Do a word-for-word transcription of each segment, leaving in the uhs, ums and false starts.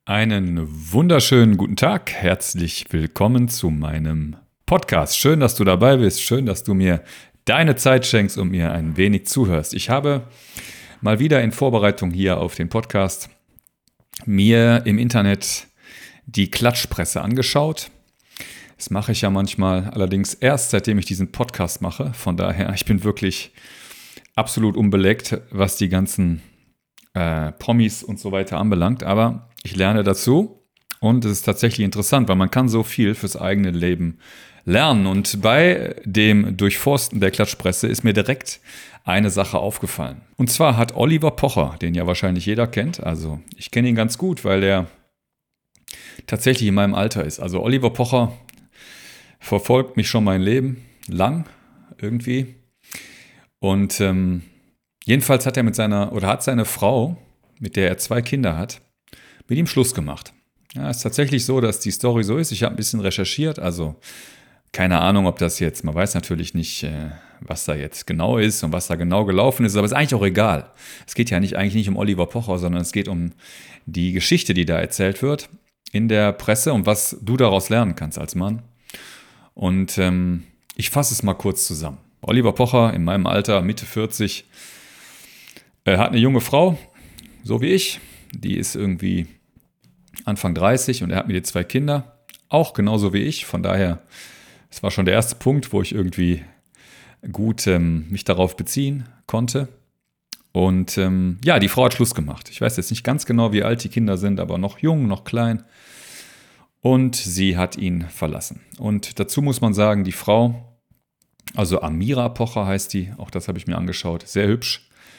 Einen wunderschönen guten Tag. Herzlich willkommen zu meinem Podcast. Schön, dass du dabei bist. Schön, dass du mir deine Zeit schenkst und mir ein wenig zuhörst. Ich habe mal wieder in Vorbereitung hier auf den Podcast mir im Internet die Klatschpresse angeschaut. Das mache ich ja manchmal, allerdings erst seitdem ich diesen Podcast mache. Von daher, ich bin wirklich absolut unbeleckt, was die ganzen äh, Promis und so weiter anbelangt. Aber ich lerne dazu und es ist tatsächlich interessant, weil man kann so viel fürs eigene Leben lernen. Und bei dem Durchforsten der Klatschpresse ist mir direkt eine Sache aufgefallen. Und zwar hat Oliver Pocher, den ja wahrscheinlich jeder kennt, also ich kenne ihn ganz gut, weil er tatsächlich in meinem Alter ist. Also Oliver Pocher verfolgt mich schon mein Leben lang irgendwie. Und ähm, jedenfalls hat er mit seiner, oder hat seine Frau, mit der er zwei Kinder hat, mit ihm Schluss gemacht. Ja, es ist tatsächlich so, dass die Story so ist. Ich habe ein bisschen recherchiert, also keine Ahnung, ob das jetzt, man weiß natürlich nicht, äh, was da jetzt genau ist und was da genau gelaufen ist, aber ist eigentlich auch egal. Es geht ja nicht, eigentlich nicht um Oliver Pocher, sondern es geht um die Geschichte, die da erzählt wird in der Presse und was du daraus lernen kannst als Mann. Und ähm, ich fasse es mal kurz zusammen. Oliver Pocher in meinem Alter, Mitte vierzig, äh, hat eine junge Frau, so wie ich. Die ist irgendwie Anfang dreißig und er hat mit ihr zwei Kinder, auch genauso wie ich. Von daher, es war schon der erste Punkt, wo ich irgendwie gut ähm, mich darauf beziehen konnte. Und ähm, ja, die Frau hat Schluss gemacht. Ich weiß jetzt nicht ganz genau, wie alt die Kinder sind, aber noch jung, noch klein. Und sie hat ihn verlassen. Und dazu muss man sagen, die Frau, also Amira Pocher heißt die, auch das habe ich mir angeschaut, sehr hübsch.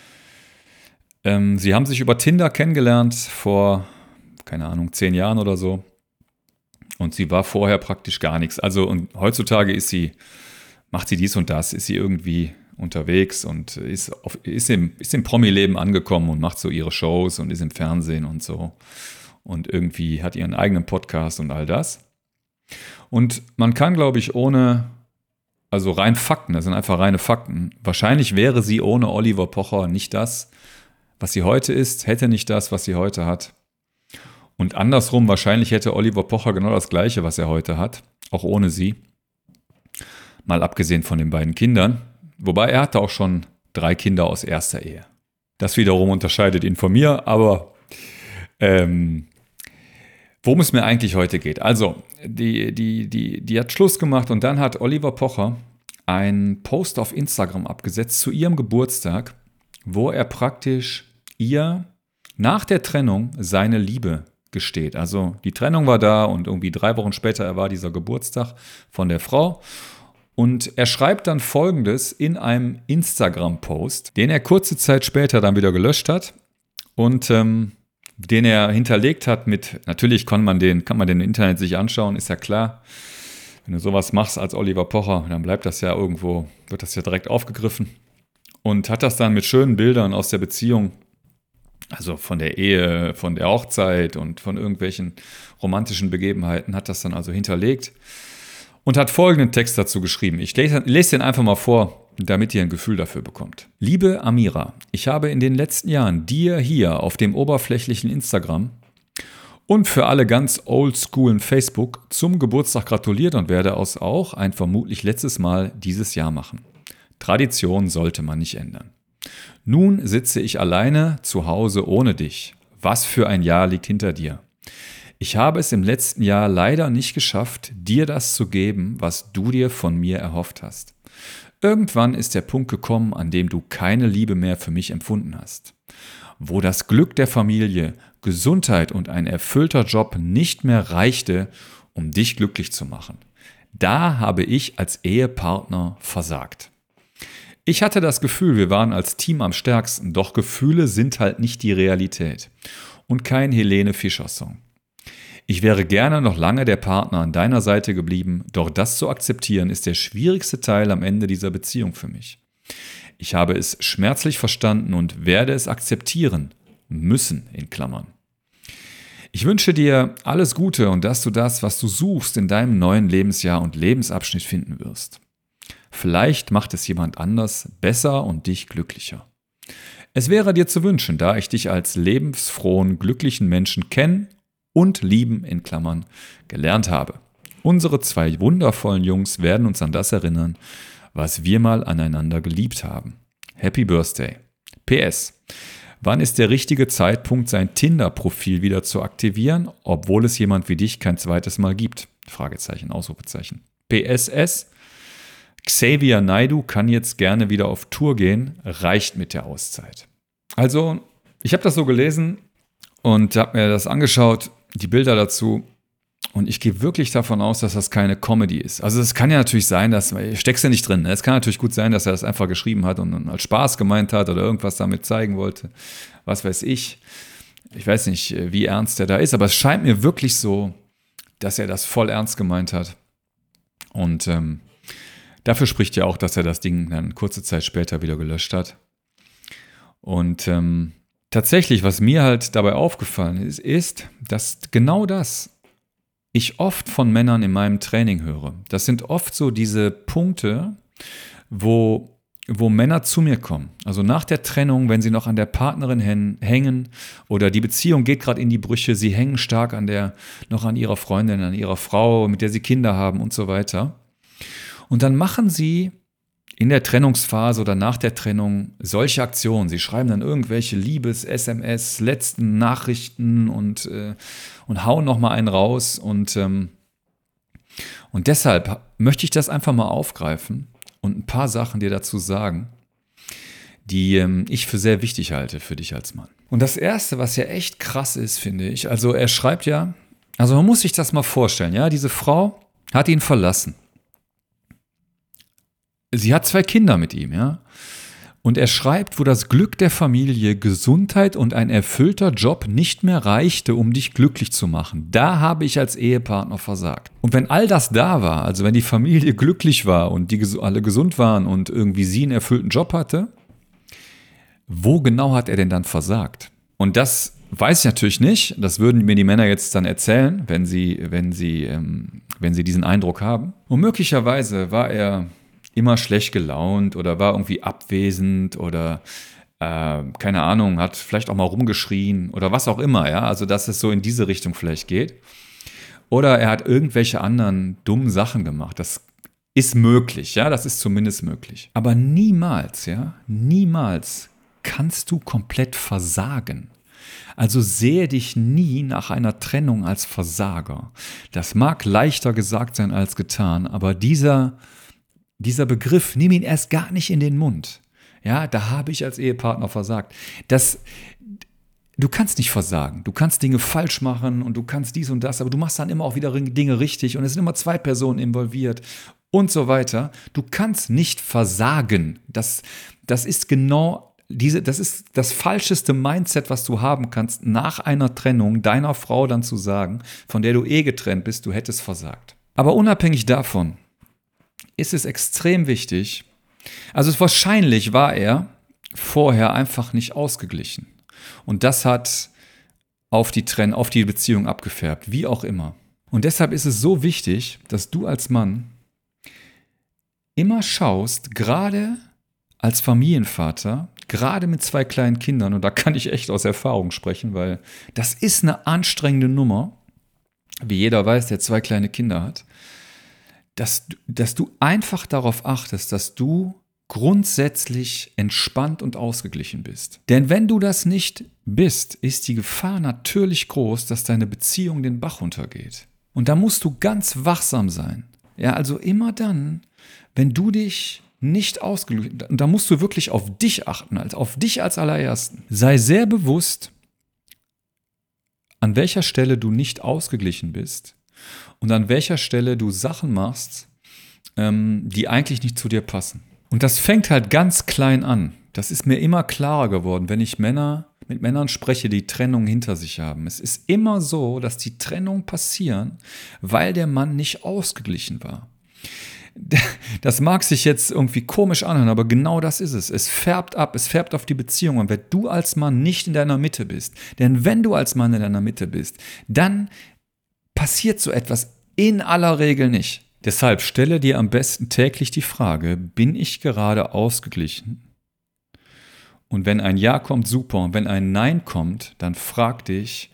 Ähm, sie haben sich über Tinder kennengelernt vor, keine Ahnung, zehn Jahren oder so. Und sie war vorher praktisch gar nichts. Also und heutzutage ist sie, macht sie dies und das, ist sie irgendwie unterwegs und ist, auf, ist im, ist im Promi-Leben angekommen und macht so ihre Shows und ist im Fernsehen und so. Und irgendwie hat ihren eigenen Podcast und all das. Und man kann, glaube ich, ohne, also rein Fakten, das sind einfach reine Fakten. Wahrscheinlich wäre sie ohne Oliver Pocher nicht das, was sie heute ist, hätte nicht das, was sie heute hat. Und andersrum, wahrscheinlich hätte Oliver Pocher genau das Gleiche, was er heute hat, auch ohne sie. Mal abgesehen von den beiden Kindern. Wobei er hatte auch schon drei Kinder aus erster Ehe. Das wiederum unterscheidet ihn von mir, aber ähm, worum es mir eigentlich heute geht. Also, die, die, die, die hat Schluss gemacht und dann hat Oliver Pocher einen Post auf Instagram abgesetzt zu ihrem Geburtstag, wo er praktisch ihr nach der Trennung seine Liebe gesteht. Also die Trennung war da und irgendwie drei Wochen später war dieser Geburtstag von der Frau. Und er schreibt dann Folgendes in einem Instagram-Post, den er kurze Zeit später dann wieder gelöscht hat und ähm, den er hinterlegt hat mit, natürlich kann man den, kann man den im Internet sich anschauen, ist ja klar. Wenn du sowas machst als Oliver Pocher, dann bleibt das ja irgendwo, wird das ja direkt aufgegriffen. Und hat das dann mit schönen Bildern aus der Beziehung, also von der Ehe, von der Hochzeit und von irgendwelchen romantischen Begebenheiten, hat das dann also hinterlegt und hat folgenden Text dazu geschrieben. Ich lese, lese den einfach mal vor, damit ihr ein Gefühl dafür bekommt. Liebe Amira, ich habe in den letzten Jahren dir hier auf dem oberflächlichen Instagram und für alle ganz oldschoolen Facebook zum Geburtstag gratuliert und werde aus auch ein vermutlich letztes Mal dieses Jahr machen. Tradition sollte man nicht ändern. Nun sitze ich alleine zu Hause ohne dich. Was für ein Jahr liegt hinter dir? Ich habe es im letzten Jahr leider nicht geschafft, dir das zu geben, was du dir von mir erhofft hast. Irgendwann ist der Punkt gekommen, an dem du keine Liebe mehr für mich empfunden hast. Wo das Glück der Familie, Gesundheit und ein erfüllter Job nicht mehr reichte, um dich glücklich zu machen. Da habe ich als Ehepartner versagt. Ich hatte das Gefühl, wir waren als Team am stärksten, doch Gefühle sind halt nicht die Realität und kein Helene Fischer-Song. Ich wäre gerne noch lange der Partner an deiner Seite geblieben, doch das zu akzeptieren ist der schwierigste Teil am Ende dieser Beziehung für mich. Ich habe es schmerzlich verstanden und werde es akzeptieren müssen, in Klammern. Ich wünsche dir alles Gute und dass du das, was du suchst, in deinem neuen Lebensjahr und Lebensabschnitt finden wirst. Vielleicht macht es jemand anders besser und dich glücklicher. Es wäre dir zu wünschen, da ich dich als lebensfrohen, glücklichen Menschen kennen und lieben in Klammern gelernt habe. Unsere zwei wundervollen Jungs werden uns an das erinnern, was wir mal aneinander geliebt haben. Happy Birthday. P S. Wann ist der richtige Zeitpunkt, sein Tinder-Profil wieder zu aktivieren, obwohl es jemand wie dich kein zweites Mal gibt? Fragezeichen, Ausrufezeichen. P S S. Xavier Naidoo kann jetzt gerne wieder auf Tour gehen, reicht mit der Auszeit. Also, ich habe das so gelesen und habe mir das angeschaut, die Bilder dazu. Und ich gehe wirklich davon aus, dass das keine Comedy ist. Also es kann ja natürlich sein, dass, steckst ja nicht drin, ne? Es kann natürlich gut sein, dass er das einfach geschrieben hat und als Spaß gemeint hat oder irgendwas damit zeigen wollte. Was weiß ich. Ich weiß nicht, wie ernst er da ist, aber es scheint mir wirklich so, dass er das voll ernst gemeint hat. Und ähm, dafür spricht ja auch, dass er das Ding dann kurze Zeit später wieder gelöscht hat. Und ähm, tatsächlich, was mir halt dabei aufgefallen ist, ist, dass genau das ich oft von Männern in meinem Training höre. Das sind oft so diese Punkte, wo, wo Männer zu mir kommen. Also nach der Trennung, wenn sie noch an der Partnerin hängen oder die Beziehung geht gerade in die Brüche, sie hängen stark an der, noch an ihrer Freundin, an ihrer Frau, mit der sie Kinder haben und so weiter. Und dann machen sie in der Trennungsphase oder nach der Trennung solche Aktionen. Sie schreiben dann irgendwelche Liebes-S M S, letzten Nachrichten und, äh, und hauen nochmal einen raus. Und, ähm, und deshalb möchte ich das einfach mal aufgreifen und ein paar Sachen dir dazu sagen, die ähm, ich für sehr wichtig halte für dich als Mann. Und das Erste, was ja echt krass ist, finde ich, also er schreibt ja, also man muss sich das mal vorstellen, ja, diese Frau hat ihn verlassen. Sie hat zwei Kinder mit ihm, ja. Und er schreibt, wo das Glück der Familie, Gesundheit und ein erfüllter Job nicht mehr reichte, um dich glücklich zu machen. Da habe ich als Ehepartner versagt. Und wenn all das da war, also wenn die Familie glücklich war und die alle gesund waren und irgendwie sie einen erfüllten Job hatte, wo genau hat er denn dann versagt? Und das weiß ich natürlich nicht. Das würden mir die Männer jetzt dann erzählen, wenn sie, wenn sie, ähm, wenn sie diesen Eindruck haben. Und möglicherweise war er immer schlecht gelaunt oder war irgendwie abwesend oder äh, keine Ahnung, hat vielleicht auch mal rumgeschrien oder was auch immer, ja, also dass es so in diese Richtung vielleicht geht. Oder er hat irgendwelche anderen dummen Sachen gemacht. Das ist möglich, ja, das ist zumindest möglich. Aber niemals, ja, niemals kannst du komplett versagen. Also sehe dich nie nach einer Trennung als Versager. Das mag leichter gesagt sein als getan, aber dieser Dieser Begriff, nimm ihn erst gar nicht in den Mund. Ja, da habe ich als Ehepartner versagt. Das, du kannst nicht versagen. Du kannst Dinge falsch machen und du kannst dies und das, aber du machst dann immer auch wieder Dinge richtig und es sind immer zwei Personen involviert und so weiter. Du kannst nicht versagen. Das, das ist genau diese, das ist das falscheste Mindset, was du haben kannst, nach einer Trennung deiner Frau dann zu sagen, von der du eh getrennt bist, du hättest versagt. Aber unabhängig davon ist es extrem wichtig, also wahrscheinlich war er vorher einfach nicht ausgeglichen. Und das hat auf die Trenn- auf die Beziehung abgefärbt, wie auch immer. Und deshalb ist es so wichtig, dass du als Mann immer schaust, gerade als Familienvater, gerade mit zwei kleinen Kindern, und da kann ich echt aus Erfahrung sprechen, weil das ist eine anstrengende Nummer, wie jeder weiß, der zwei kleine Kinder hat, Dass, dass du einfach darauf achtest, dass du grundsätzlich entspannt und ausgeglichen bist. Denn wenn du das nicht bist, ist die Gefahr natürlich groß, dass deine Beziehung den Bach runtergeht. Und da musst du ganz wachsam sein. Ja, also immer dann, wenn du dich nicht ausgeglichen, da musst du wirklich auf dich achten, als auf dich als allerersten. Sei sehr bewusst, an welcher Stelle du nicht ausgeglichen bist. Und an welcher Stelle du Sachen machst, ähm, die eigentlich nicht zu dir passen. Und das fängt halt ganz klein an. Das ist mir immer klarer geworden, wenn ich Männer, mit Männern spreche, die Trennung hinter sich haben. Es ist immer so, dass die Trennungen passieren, weil der Mann nicht ausgeglichen war. Das mag sich jetzt irgendwie komisch anhören, aber genau das ist es. Es färbt ab, es färbt auf die Beziehung. Und wenn du als Mann nicht in deiner Mitte bist, denn wenn du als Mann in deiner Mitte bist, dann passiert so etwas in aller Regel nicht. Deshalb stelle dir am besten täglich die Frage, bin ich gerade ausgeglichen? Und wenn ein Ja kommt, super. Und wenn ein Nein kommt, dann frag dich,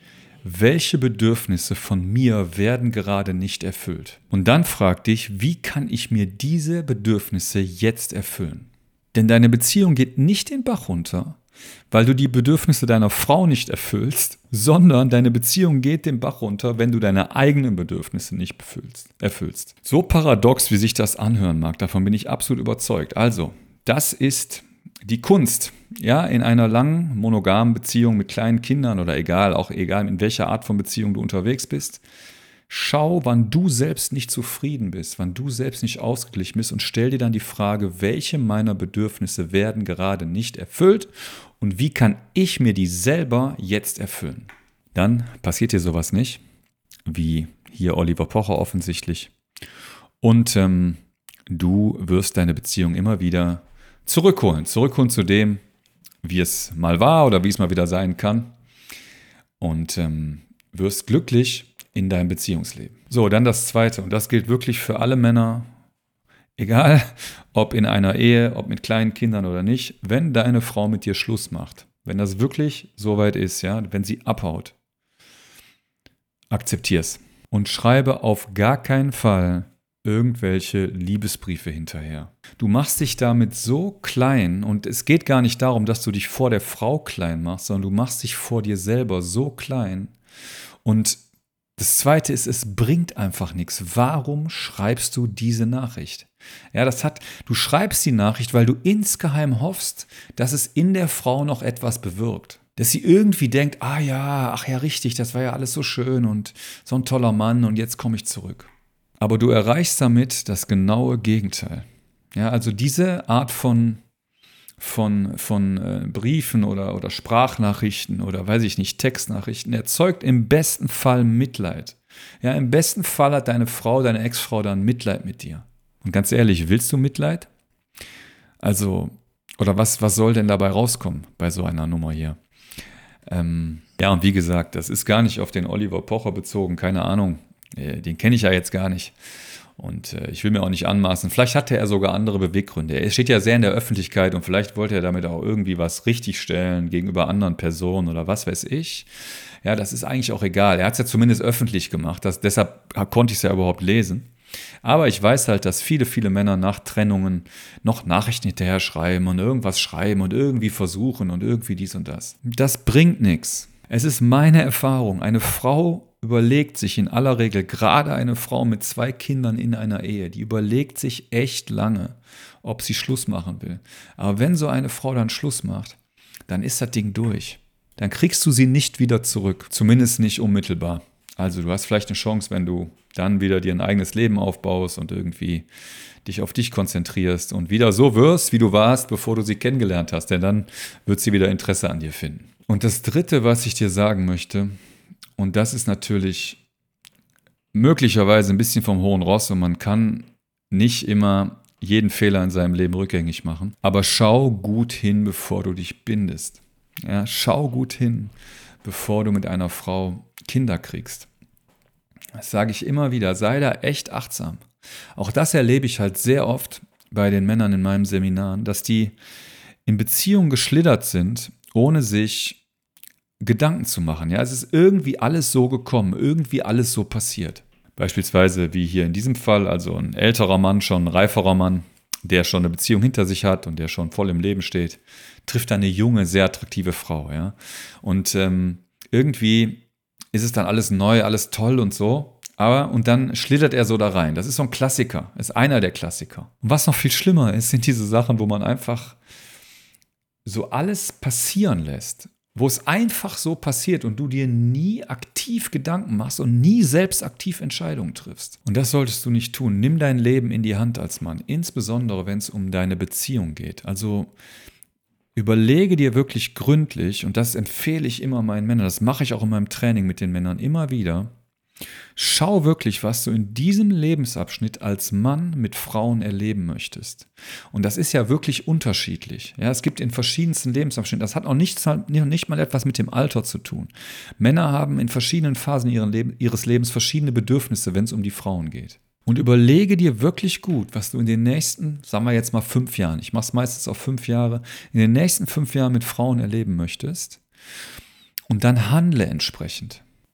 welche Bedürfnisse von mir werden gerade nicht erfüllt? Und dann frag dich, wie kann ich mir diese Bedürfnisse jetzt erfüllen? Denn deine Beziehung geht nicht den Bach runter, weil du die Bedürfnisse deiner Frau nicht erfüllst, sondern deine Beziehung geht den Bach runter, wenn du deine eigenen Bedürfnisse nicht erfüllst. So paradox, wie sich das anhören mag, davon bin ich absolut überzeugt. Also, das ist die Kunst, ja, in einer langen monogamen Beziehung mit kleinen Kindern oder egal, auch egal in welcher Art von Beziehung du unterwegs bist. Schau, wann du selbst nicht zufrieden bist, wann du selbst nicht ausgeglichen bist und stell dir dann die Frage, welche meiner Bedürfnisse werden gerade nicht erfüllt und wie kann ich mir die selber jetzt erfüllen? Dann passiert dir sowas nicht, wie hier Oliver Pocher offensichtlich. Und ähm, du wirst deine Beziehung immer wieder zurückholen, zurückholen zu dem, wie es mal war oder wie es mal wieder sein kann und ähm, wirst glücklich in deinem Beziehungsleben. So, dann das Zweite und das gilt wirklich für alle Männer, egal ob in einer Ehe, ob mit kleinen Kindern oder nicht, wenn deine Frau mit dir Schluss macht, wenn das wirklich so weit ist, ja, wenn sie abhaut, akzeptier's und schreibe auf gar keinen Fall irgendwelche Liebesbriefe hinterher. Du machst dich damit so klein und es geht gar nicht darum, dass du dich vor der Frau klein machst, sondern du machst dich vor dir selber so klein. Und das Zweite ist, es bringt einfach nichts. Warum schreibst du diese Nachricht? Ja, das hat, du schreibst die Nachricht, weil du insgeheim hoffst, dass es in der Frau noch etwas bewirkt. Dass sie irgendwie denkt, ah ja, ach ja, richtig, das war ja alles so schön und so ein toller Mann und jetzt komme ich zurück. Aber du erreichst damit das genaue Gegenteil. Ja, also diese Art von, von, von äh, Briefen oder, oder Sprachnachrichten oder weiß ich nicht, Textnachrichten erzeugt im besten Fall Mitleid. Ja, im besten Fall hat deine Frau, deine Ex-Frau dann Mitleid mit dir. Und ganz ehrlich, willst du Mitleid? Also, oder was, was soll denn dabei rauskommen bei so einer Nummer hier? Ähm, ja, und wie gesagt, das ist gar nicht auf den Oliver Pocher bezogen, keine Ahnung. Den kenne ich ja jetzt gar nicht und äh, ich will mir auch nicht anmaßen. Vielleicht hatte er sogar andere Beweggründe. Er steht ja sehr in der Öffentlichkeit und vielleicht wollte er damit auch irgendwie was richtigstellen gegenüber anderen Personen oder was weiß ich. Ja, das ist eigentlich auch egal. Er hat es ja zumindest öffentlich gemacht. Das, deshalb konnte ich es ja überhaupt lesen. Aber ich weiß halt, dass viele, viele Männer nach Trennungen noch Nachrichten hinterher schreiben und irgendwas schreiben und irgendwie versuchen und irgendwie dies und das. Das bringt nichts. Es ist meine Erfahrung. Eine Frau überlegt sich in aller Regel, gerade eine Frau mit zwei Kindern in einer Ehe, die überlegt sich echt lange, ob sie Schluss machen will. Aber wenn so eine Frau dann Schluss macht, dann ist das Ding durch. Dann kriegst du sie nicht wieder zurück, zumindest nicht unmittelbar. Also du hast vielleicht eine Chance, wenn du dann wieder dir ein eigenes Leben aufbaust und irgendwie dich auf dich konzentrierst und wieder so wirst, wie du warst, bevor du sie kennengelernt hast, denn dann wird sie wieder Interesse an dir finden. Und das Dritte, was ich dir sagen möchte, und das ist natürlich möglicherweise ein bisschen vom hohen Ross und man kann nicht immer jeden Fehler in seinem Leben rückgängig machen. Aber schau gut hin, bevor du dich bindest. Ja, schau gut hin, bevor du mit einer Frau Kinder kriegst. Das sage ich immer wieder, sei da echt achtsam. Auch das erlebe ich halt sehr oft bei den Männern in meinen Seminaren, dass die in Beziehungen geschlittert sind, ohne sich Gedanken zu machen. Ja, es ist irgendwie alles so gekommen, irgendwie alles so passiert. Beispielsweise wie hier in diesem Fall, also ein älterer Mann, schon ein reiferer Mann, der schon eine Beziehung hinter sich hat und der schon voll im Leben steht, trifft eine junge, sehr attraktive Frau. Ja? Und ähm, irgendwie ist es dann alles neu, alles toll und so. Aber, und dann schlittert er so da rein. Das ist so ein Klassiker, ist einer der Klassiker. Und was noch viel schlimmer ist, sind diese Sachen, wo man einfach so alles passieren lässt. Wo es einfach so passiert und du dir nie aktiv Gedanken machst und nie selbst aktiv Entscheidungen triffst. Und das solltest du nicht tun. Nimm dein Leben in die Hand als Mann, insbesondere wenn es um deine Beziehung geht. Also überlege dir wirklich gründlich, und das empfehle ich immer meinen Männern, das mache ich auch in meinem Training mit den Männern immer wieder, schau wirklich, was du in diesem Lebensabschnitt als Mann mit Frauen erleben möchtest. Und das ist ja wirklich unterschiedlich. Ja, es gibt in verschiedensten Lebensabschnitten, das hat auch nicht, nicht mal etwas mit dem Alter zu tun. Männer haben in verschiedenen Phasen ihres Lebens verschiedene Bedürfnisse, wenn es um die Frauen geht. Und überlege dir wirklich gut, was du in den nächsten, sagen wir jetzt mal fünf Jahren, ich mache es meistens auf fünf Jahre, in den nächsten fünf Jahren mit Frauen erleben möchtest. Und dann handle entsprechend.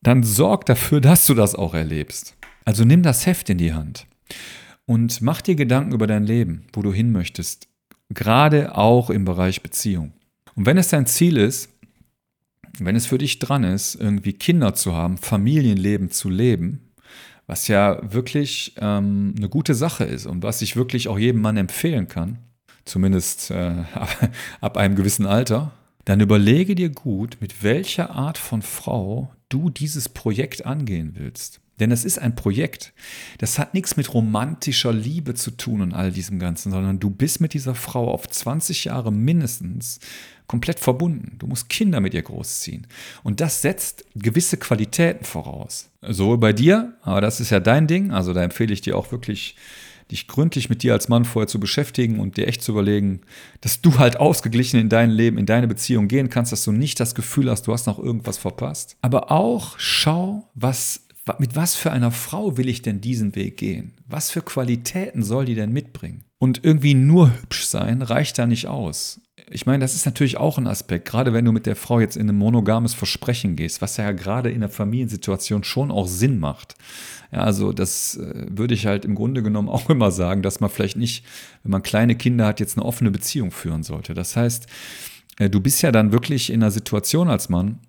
dann sorg dafür, dass du das auch erlebst. Also nimm das Heft in die Hand und mach dir Gedanken über dein Leben, wo du hin möchtest, gerade auch im Bereich Beziehung. Und wenn es dein Ziel ist, wenn es für dich dran ist, irgendwie Kinder zu haben, Familienleben zu leben, was ja wirklich ähm, eine gute Sache ist und was ich wirklich auch jedem Mann empfehlen kann, zumindest äh, ab, ab einem gewissen Alter, dann überlege dir gut, mit welcher Art von Frau du dieses Projekt angehen willst. Denn es ist ein Projekt, das hat nichts mit romantischer Liebe zu tun und all diesem Ganzen, sondern du bist mit dieser Frau auf zwanzig Jahre mindestens komplett verbunden. Du musst Kinder mit ihr großziehen. Und das setzt gewisse Qualitäten voraus. Sowohl bei dir, aber das ist ja dein Ding, also da empfehle ich dir auch wirklich, dich gründlich mit dir als Mann vorher zu beschäftigen und dir echt zu überlegen, dass du halt ausgeglichen in dein Leben, in deine Beziehung gehen kannst, dass du nicht das Gefühl hast, du hast noch irgendwas verpasst. Aber auch schau, was mit was für einer Frau will ich denn diesen Weg gehen? Was für Qualitäten soll die denn mitbringen? Und irgendwie nur hübsch sein reicht da nicht aus. Ich meine, das ist natürlich auch ein Aspekt, gerade wenn du mit der Frau jetzt in ein monogames Versprechen gehst, was ja gerade in der Familiensituation schon auch Sinn macht. Ja, also das äh, würde ich halt im Grunde genommen auch immer sagen, dass man vielleicht nicht, wenn man kleine Kinder hat, jetzt eine offene Beziehung führen sollte. Das heißt, äh, du bist ja dann wirklich in einer Situation als Mann,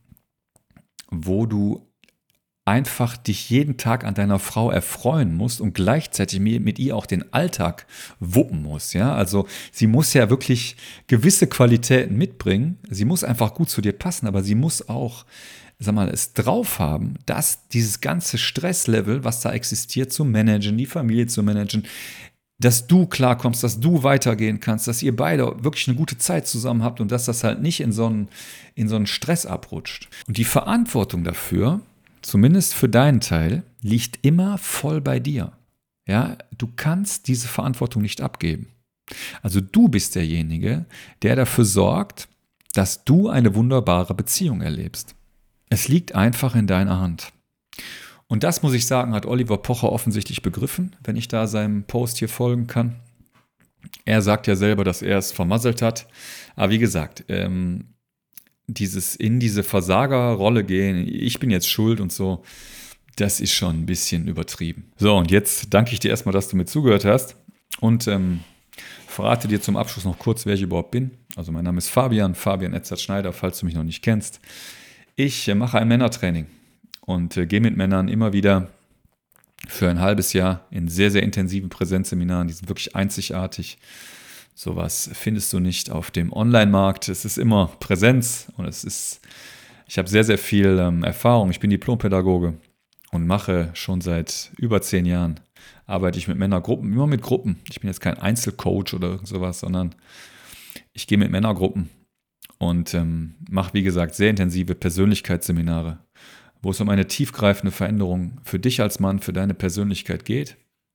wo du einfach dich jeden Tag an deiner Frau erfreuen musst und gleichzeitig mit ihr auch den Alltag wuppen musst. Ja? Also sie muss ja wirklich gewisse Qualitäten mitbringen. Sie muss einfach gut zu dir passen, aber sie muss auch, sag mal, es drauf haben, dass dieses ganze Stresslevel, was da existiert, zu managen, die Familie zu managen, dass du klarkommst, dass du weitergehen kannst, dass ihr beide wirklich eine gute Zeit zusammen habt und dass das halt nicht in so einen, in so einen Stress abrutscht. Und die Verantwortung dafür, zumindest für deinen Teil, liegt immer voll bei dir. Ja, du kannst diese Verantwortung nicht abgeben. Also du bist derjenige, der dafür sorgt, dass du eine wunderbare Beziehung erlebst. Es liegt einfach in deiner Hand. Und das, muss ich sagen, hat Oliver Pocher offensichtlich begriffen, wenn ich da seinem Post hier folgen kann. Er sagt ja selber, dass er es vermasselt hat. Aber wie gesagt, ähm, dieses in diese Versagerrolle gehen, ich bin jetzt schuld und so, das ist schon ein bisschen übertrieben. So, und jetzt danke ich dir erstmal, dass du mir zugehört hast und ähm, verrate dir zum Abschluss noch kurz, wer ich überhaupt bin. Also mein Name ist Fabian, Fabian Edzard-Schneider, falls du mich noch nicht kennst. Ich äh, mache ein Männertraining und äh, gehe mit Männern immer wieder für ein halbes Jahr in sehr, sehr intensiven Präsenzseminaren. Die sind wirklich einzigartig. Sowas findest du nicht auf dem Online-Markt. Es ist immer Präsenz und es ist, ich habe sehr, sehr viel ähm, Erfahrung. Ich bin Diplompädagoge und mache schon seit über zehn Jahren, arbeite ich mit Männergruppen, immer mit Gruppen. Ich bin jetzt kein Einzelcoach oder irgend sowas, sondern ich gehe mit Männergruppen und ähm, mache, wie gesagt, sehr intensive Persönlichkeitsseminare, wo es um eine tiefgreifende Veränderung für dich als Mann, für deine Persönlichkeit geht.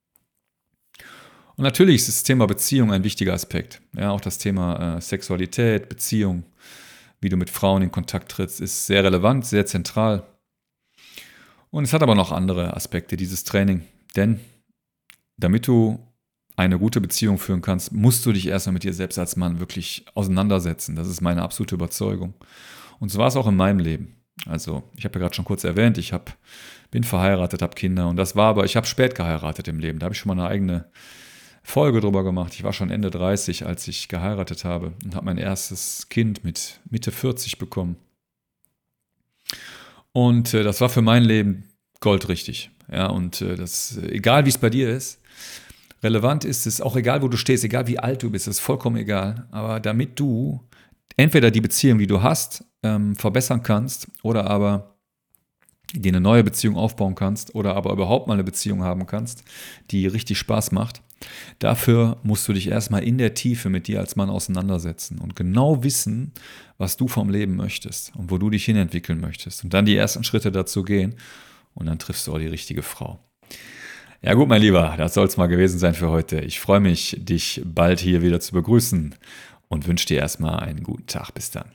Und natürlich ist das Thema Beziehung ein wichtiger Aspekt. Ja, auch das Thema äh, Sexualität, Beziehung, wie du mit Frauen in Kontakt trittst, ist sehr relevant, sehr zentral. Und es hat aber noch andere Aspekte, dieses Training. Denn damit du eine gute Beziehung führen kannst, musst du dich erstmal mit dir selbst als Mann wirklich auseinandersetzen. Das ist meine absolute Überzeugung. Und so war es auch in meinem Leben. Also ich habe ja gerade schon kurz erwähnt, ich hab, bin verheiratet, habe Kinder. Und das war aber, ich habe spät geheiratet im Leben. Da habe ich schon mal eine eigene Folge drüber gemacht. Ich war schon Ende dreißig, als ich geheiratet habe und habe mein erstes Kind mit Mitte vierzig bekommen. Und äh, das war für mein Leben goldrichtig. Ja, und äh, das, egal wie es bei dir ist, relevant ist es, auch egal wo du stehst, egal wie alt du bist, ist vollkommen egal. Aber damit du entweder die Beziehung, die du hast, ähm, verbessern kannst oder aber dir eine neue Beziehung aufbauen kannst oder aber überhaupt mal eine Beziehung haben kannst, die richtig Spaß macht, dafür musst du dich erstmal in der Tiefe mit dir als Mann auseinandersetzen und genau wissen, was du vom Leben möchtest und wo du dich hinentwickeln möchtest und dann die ersten Schritte dazu gehen und dann triffst du auch die richtige Frau. Ja gut, mein Lieber, das soll es mal gewesen sein für heute. Ich freue mich, dich bald hier wieder zu begrüßen und wünsche dir erstmal einen guten Tag. Bis dann.